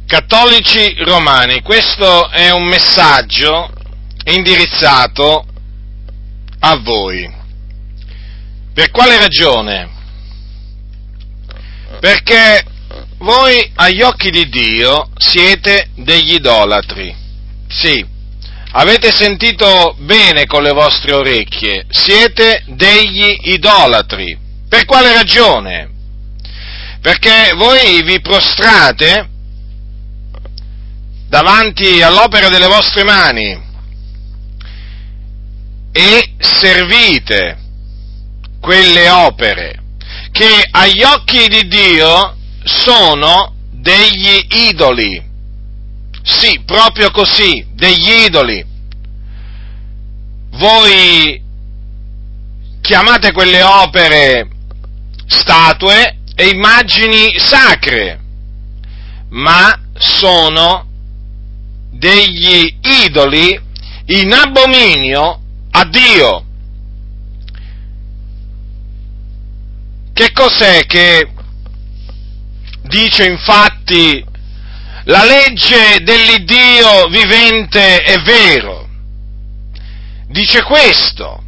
Cattolici romani, questo è un messaggio indirizzato a voi. Per quale ragione? Perché voi agli occhi di Dio siete degli idolatri. Sì, avete sentito bene con le vostre orecchie, siete degli idolatri. Per quale ragione? Perché voi vi prostrate davanti all'opera delle vostre mani e servite quelle opere che agli occhi di Dio sono degli idoli. Sì, proprio così, degli idoli. Voi chiamate quelle opere statue e immagini sacre, ma sono degli idoli in abominio a Dio. Che cos'è che dice infatti la legge dell'Iddio vivente e vero? Dice questo: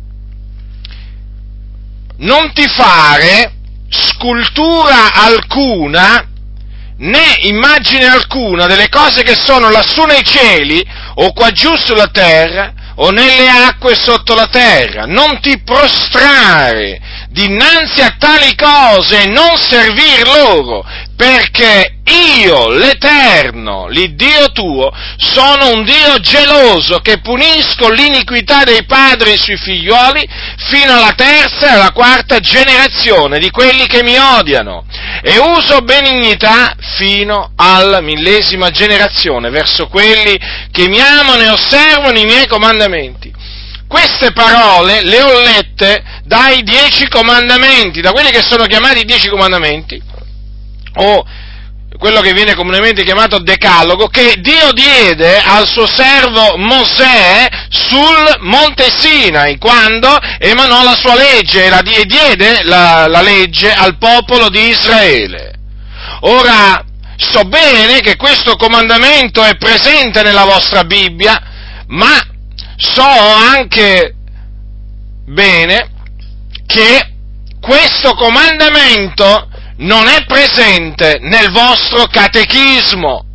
non ti fare scultura alcuna né immagine alcuna delle cose che sono lassù nei cieli o qua giù sulla terra o nelle acque sotto la terra. Non ti prostrare dinanzi a tali cose e non servir loro, perché io, l'Eterno, l'Iddio tuo, sono un Dio geloso che punisco l'iniquità dei padri sui figlioli fino alla terza e alla quarta generazione di quelli che mi odiano, e uso benignità fino alla 1000ª generazione verso quelli che mi amano e osservano i miei comandamenti. Queste parole le ho lette dai 10 comandamenti, da quelli che sono chiamati i 10 comandamenti, o quello che viene comunemente chiamato Decalogo, che Dio diede al suo servo Mosè sul Monte Sinai, quando emanò la sua legge e diede la legge al popolo di Israele. Ora, so bene che questo comandamento è presente nella vostra Bibbia, ma so anche bene che questo comandamento non è presente nel vostro catechismo,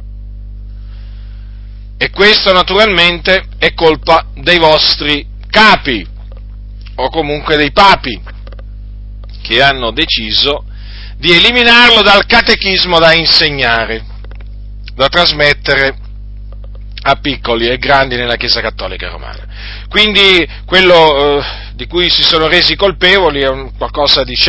e questo naturalmente è colpa dei vostri capi, o comunque dei papi, che hanno deciso di eliminarlo dal catechismo da insegnare, da trasmettere a piccoli e grandi nella Chiesa Cattolica Romana. Quindi quello di cui si sono resi colpevoli è qualcosa di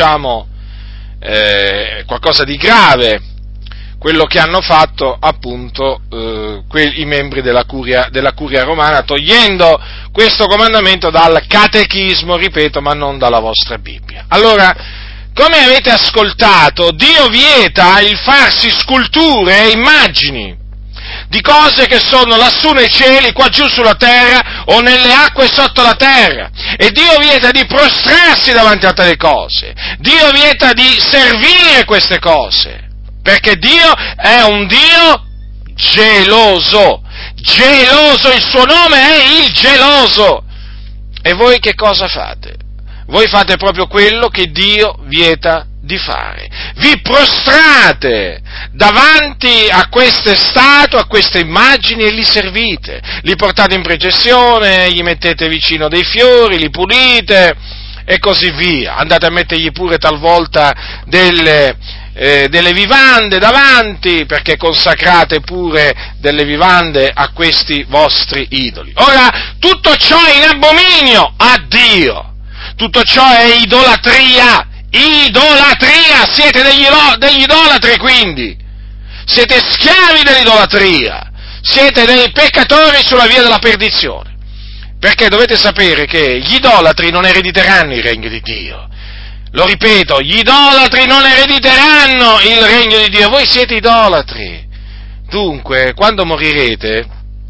grave, quello che hanno fatto appunto i membri della curia romana, togliendo questo comandamento dal catechismo, ripeto, ma non dalla vostra Bibbia. Allora, come avete ascoltato, Dio vieta il farsi sculture e immagini di cose che sono lassù nei cieli, qua giù sulla terra o nelle acque sotto la terra, e Dio vieta di prostrarsi davanti a tali cose, Dio vieta di servire queste cose, perché Dio è un Dio geloso, il suo nome è il geloso. E voi che cosa fate? Voi fate proprio quello che Dio vieta di fare. Vi prostrate davanti a queste statue, a queste immagini, e li servite. Li portate in processione, gli mettete vicino dei fiori, li pulite e così via. Andate a mettergli pure talvolta delle vivande davanti, perché consacrate pure delle vivande a questi vostri idoli. Ora, tutto ciò è in abominio a Dio. Tutto ciò è idolatria, siete degli idolatri, quindi, siete schiavi dell'idolatria, siete dei peccatori sulla via della perdizione, perché dovete sapere che gli idolatri non erediteranno il regno di Dio. Lo ripeto, gli idolatri non erediteranno il regno di Dio, voi siete idolatri. Dunque, quando morirete,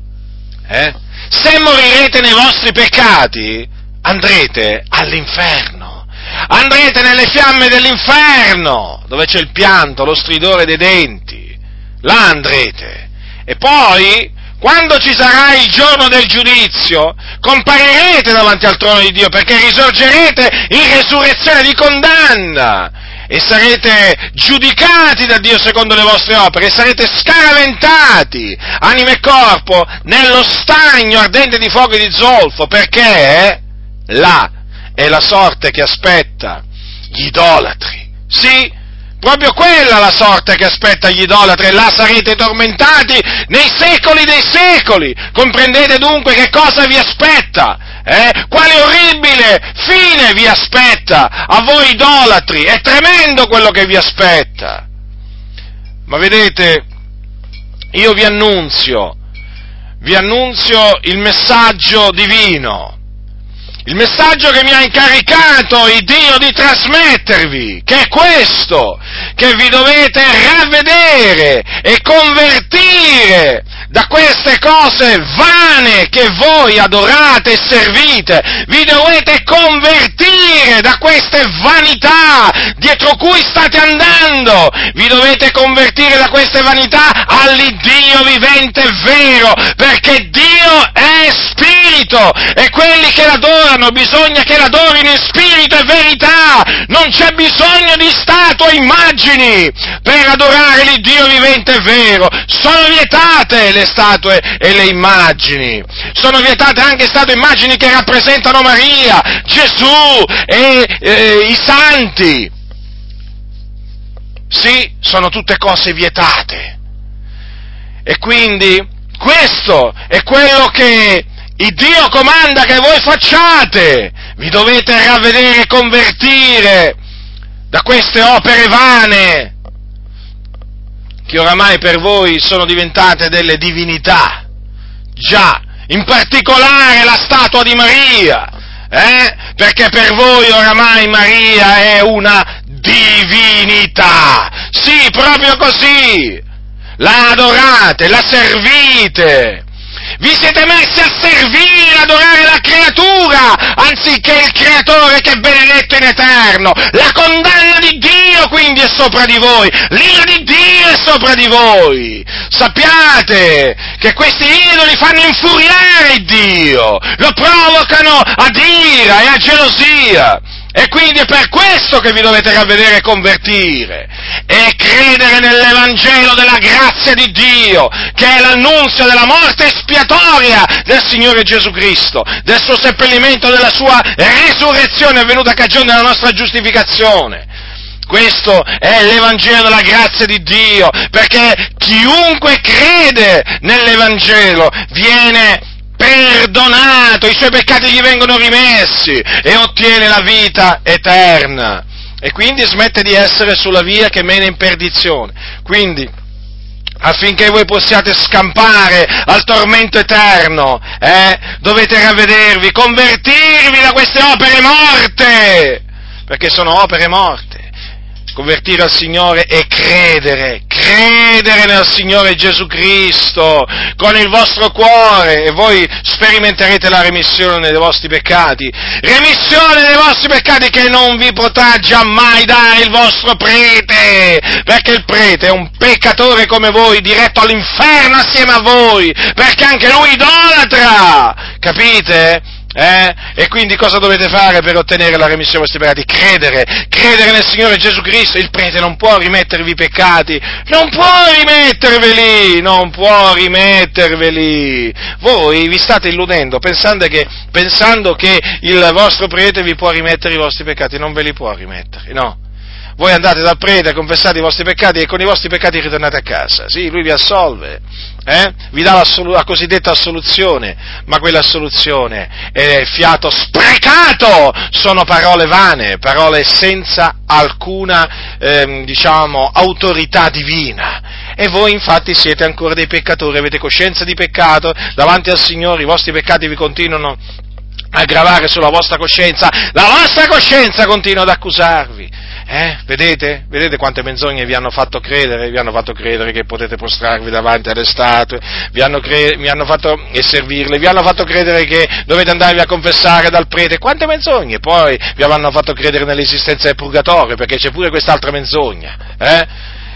se morirete nei vostri peccati, andrete all'inferno, andrete nelle fiamme dell'inferno, dove c'è il pianto, lo stridore dei denti, là andrete. E poi, quando ci sarà il giorno del giudizio, comparirete davanti al trono di Dio, perché risorgerete in resurrezione di condanna, e sarete giudicati da Dio secondo le vostre opere, e sarete scaraventati, anima e corpo, nello stagno ardente di fuoco e di zolfo, perché là è la sorte che aspetta gli idolatri. Sì, proprio quella la sorte che aspetta gli idolatri, e là sarete tormentati nei secoli dei secoli. Comprendete dunque che cosa vi aspetta? Quale orribile fine vi aspetta a voi idolatri? È tremendo quello che vi aspetta. Ma vedete, io vi annunzio il messaggio divino, il messaggio che mi ha incaricato il Dio di trasmettervi, che è questo, che vi dovete ravvedere e convertire da queste cose vane che voi adorate e servite. Vi dovete convertire da queste vanità dietro cui state andando. Vi dovete convertire da queste vanità all'Iddio vivente e vero, perché Dio è spirito, e quelli che l'adorano bisogna che l'adorino in spirito e verità. Non c'è bisogno di statue e immagini per adorare l'Iddio vivente e vero. Sono vietate le statue e le immagini. Sono vietate anche statue e immagini che rappresentano Maria, Gesù e i santi. Sì, sono tutte cose vietate. E quindi questo è quello che il Dio comanda che voi facciate. Vi dovete ravvedere e convertire da queste opere vane, che oramai per voi sono diventate delle divinità. Già, in particolare la statua di Maria, perché per voi oramai Maria è una divinità. Sì, proprio così. La adorate, la servite. Vi siete messi a servire, ad adorare la creatura, anziché il creatore che è benedetto in eterno. La condanna di Dio quindi è sopra di voi, l'ira di Dio è sopra di voi. Sappiate che questi idoli fanno infuriare Dio, lo provocano ad ira e a gelosia. E quindi è per questo che vi dovete ravvedere e convertire, e credere nell'Evangelo della grazia di Dio, che è l'annunzio della morte espiatoria del Signore Gesù Cristo, del suo seppellimento, della sua risurrezione avvenuta a cagione della nostra giustificazione. Questo è l'Evangelo della grazia di Dio, perché chiunque crede nell'Evangelo viene perdonato, i suoi peccati gli vengono rimessi e ottiene la vita eterna, e quindi smette di essere sulla via che mena in perdizione. Quindi, affinché voi possiate scampare al tormento eterno, dovete ravvedervi, convertirvi da queste opere morte, perché sono opere morte. Convertire al Signore e credere nel Signore Gesù Cristo con il vostro cuore, e voi sperimenterete la remissione dei vostri peccati che non vi potrà giammai dare il vostro prete, perché il prete è un peccatore come voi, diretto all'inferno assieme a voi, perché anche lui idolatra, capite? E quindi cosa dovete fare per ottenere la remissione dei vostri peccati? Credere nel Signore Gesù Cristo. Il prete non può rimettervi i peccati, non può rimetterveli. Voi vi state illudendo pensando che il vostro prete vi può rimettere i vostri peccati. Non ve li può rimettere, no. Voi andate dal prete, confessate i vostri peccati e con i vostri peccati ritornate a casa. Sì, lui vi assolve, vi dà la cosiddetta assoluzione, ma quella assoluzione è fiato sprecato, sono parole vane, parole senza alcuna, autorità divina. E voi infatti siete ancora dei peccatori, avete coscienza di peccato, davanti al Signore i vostri peccati vi continuano a gravare sulla vostra coscienza, la vostra coscienza continua ad accusarvi. Vedete quante menzogne vi hanno fatto credere? Vi hanno fatto credere che potete prostrarvi davanti alle statue, vi hanno fatto e servirle, vi hanno fatto credere che dovete andarvi a confessare dal prete. Quante menzogne! Poi vi avranno fatto credere nell'esistenza del purgatorio, perché c'è pure quest'altra menzogna,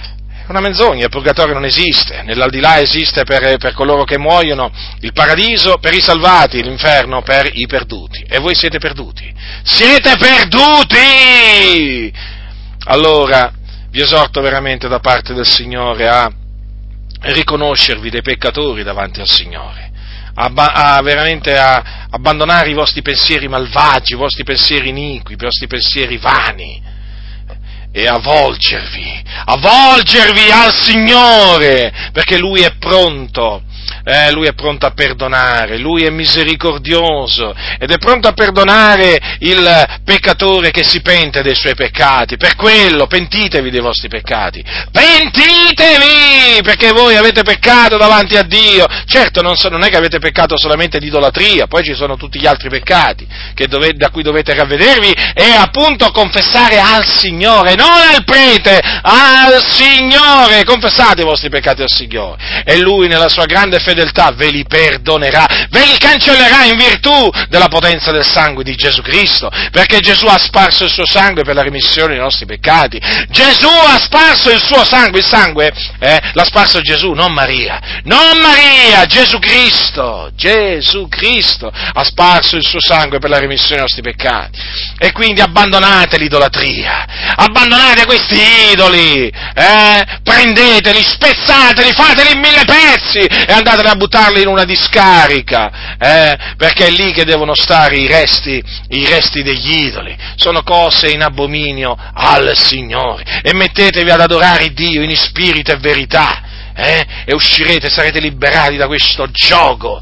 una menzogna, il purgatorio non esiste, nell'aldilà esiste per coloro che muoiono, il paradiso per i salvati, l'inferno per i perduti, e voi siete perduti! Siete perduti! Allora, vi esorto veramente da parte del Signore a riconoscervi dei peccatori davanti al Signore, veramente a abbandonare i vostri pensieri malvagi, i vostri pensieri iniqui, i vostri pensieri vani, e a volgervi al Signore, perché Lui è pronto a perdonare, Lui è misericordioso ed è pronto a perdonare il peccatore che si pente dei suoi peccati. Per quello pentitevi dei vostri peccati, pentitevi, perché voi avete peccato davanti a Dio. Certo, non è che avete peccato solamente di idolatria, poi ci sono tutti gli altri peccati da cui dovete ravvedervi e appunto confessare al Signore, non al prete, al Signore. Confessate i vostri peccati al Signore e Lui nella sua grande fedeltà ve li perdonerà, ve li cancellerà in virtù della potenza del sangue di Gesù Cristo, perché Gesù ha sparso il suo sangue per la remissione dei nostri peccati. Gesù ha sparso il suo sangue, il sangue l'ha sparso Gesù, non Maria, Gesù Cristo ha sparso il suo sangue per la remissione dei nostri peccati. E quindi abbandonate l'idolatria, abbandonate questi idoli, prendeteli, spezzateli, fateli in 1000 pezzi e andateli a buttarli in una discarica, perché è lì che devono stare i resti degli idoli. Sono cose in abominio al Signore, e mettetevi ad adorare Dio in spirito e verità, e uscirete, sarete liberati da questo gioco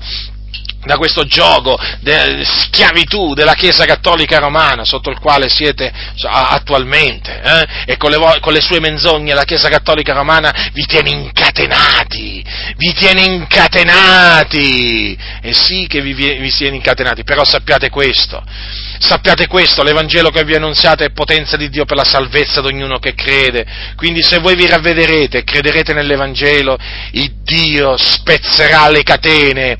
di schiavitù della Chiesa Cattolica Romana sotto il quale siete attualmente, e con le sue menzogne la Chiesa Cattolica Romana vi tiene incatenati, e sì che vi tiene incatenati, però sappiate questo, l'Evangelo che vi ho annunziato è potenza di Dio per la salvezza di ognuno che crede, quindi se voi vi ravvederete e crederete nell'Evangelo, il Dio spezzerà le catene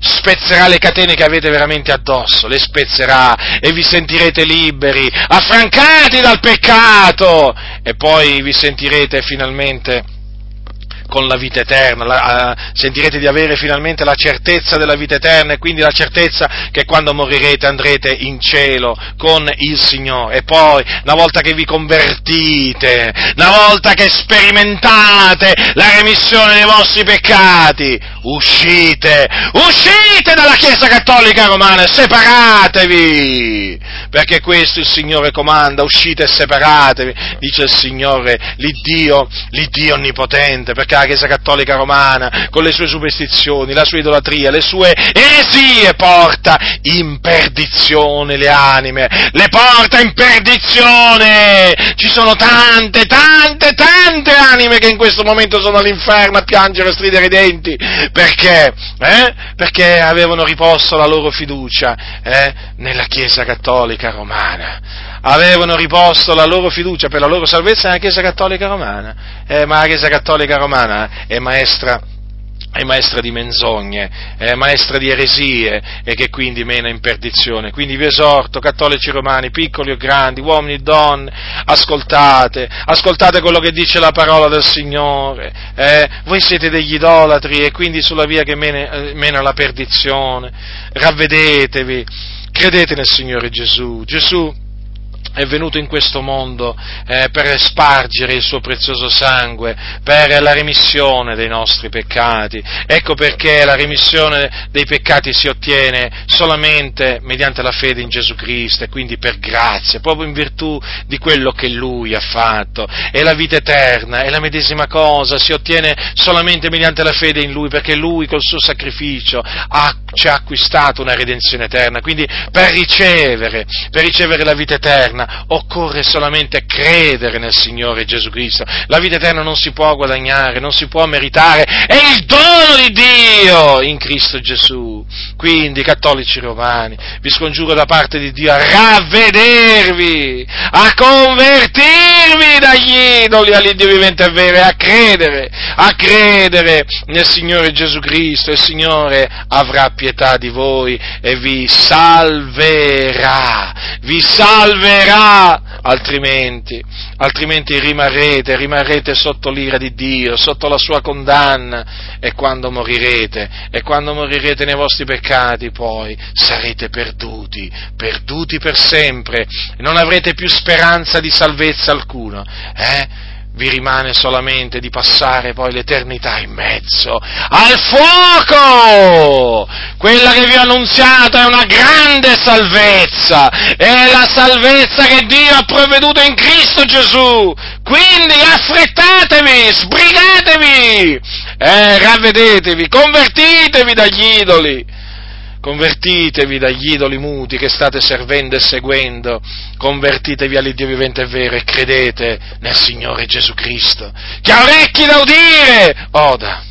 che avete veramente addosso, le spezzerà e vi sentirete liberi, affrancati dal peccato, e poi vi sentirete finalmente con la vita eterna, sentirete di avere finalmente la certezza della vita eterna, e quindi la certezza che quando morirete andrete in cielo con il Signore. E poi, una volta che vi convertite, una volta che sperimentate la remissione dei vostri peccati, uscite dalla Chiesa Cattolica Romana e separatevi, perché questo il Signore comanda: uscite e separatevi, dice il Signore, l'Iddio onnipotente, perché la Chiesa Cattolica Romana, con le sue superstizioni, la sua idolatria, le sue eresie, porta in perdizione le anime, le porta in perdizione. Ci sono tante anime che in questo momento sono all'inferno a piangere e a stridere i denti, perché avevano riposto la loro fiducia nella Chiesa Cattolica Romana. Avevano riposto la loro fiducia per la loro salvezza nella Chiesa Cattolica Romana, ma la Chiesa Cattolica Romana è maestra di menzogne, è maestra di eresie, e che quindi mena in perdizione. Quindi vi esorto, cattolici romani, piccoli o grandi, uomini e donne, ascoltate quello che dice la parola del Signore, voi siete degli idolatri e quindi sulla via che mena alla perdizione. Ravvedetevi, credete nel Signore Gesù. Gesù è venuto in questo mondo per spargere il suo prezioso sangue, per la remissione dei nostri peccati. Ecco perché la remissione dei peccati si ottiene solamente mediante la fede in Gesù Cristo, e quindi per grazia, proprio in virtù di quello che Lui ha fatto. E la vita eterna è la medesima cosa, si ottiene solamente mediante la fede in Lui, perché Lui col suo sacrificio ci ha acquistato una redenzione eterna. Quindi per ricevere la vita eterna occorre solamente credere nel Signore Gesù Cristo. La vita eterna non si può guadagnare, non si può meritare, è il dono di Dio in Cristo Gesù. Quindi, cattolici romani, vi scongiuro da parte di Dio a ravvedervi, a convertirvi dagli idoli all'Iddio vivente e vero, e a credere nel Signore Gesù Cristo, e il Signore avrà pietà di voi e vi salverà ritornerà, altrimenti rimarrete sotto l'ira di Dio, sotto la sua condanna, e quando morirete nei vostri peccati, poi sarete perduti per sempre, e non avrete più speranza di salvezza alcuna, Vi rimane solamente di passare poi l'eternità in mezzo al fuoco! Quella che vi ho annunziato è una grande salvezza, è la salvezza che Dio ha provveduto in Cristo Gesù! Quindi affrettatevi, sbrigatevi, ravvedetevi, convertitevi dagli idoli muti che state servendo e seguendo, convertitevi all'Iddio vivente e vero e credete nel Signore Gesù Cristo. Chi ha orecchi da udire, oda.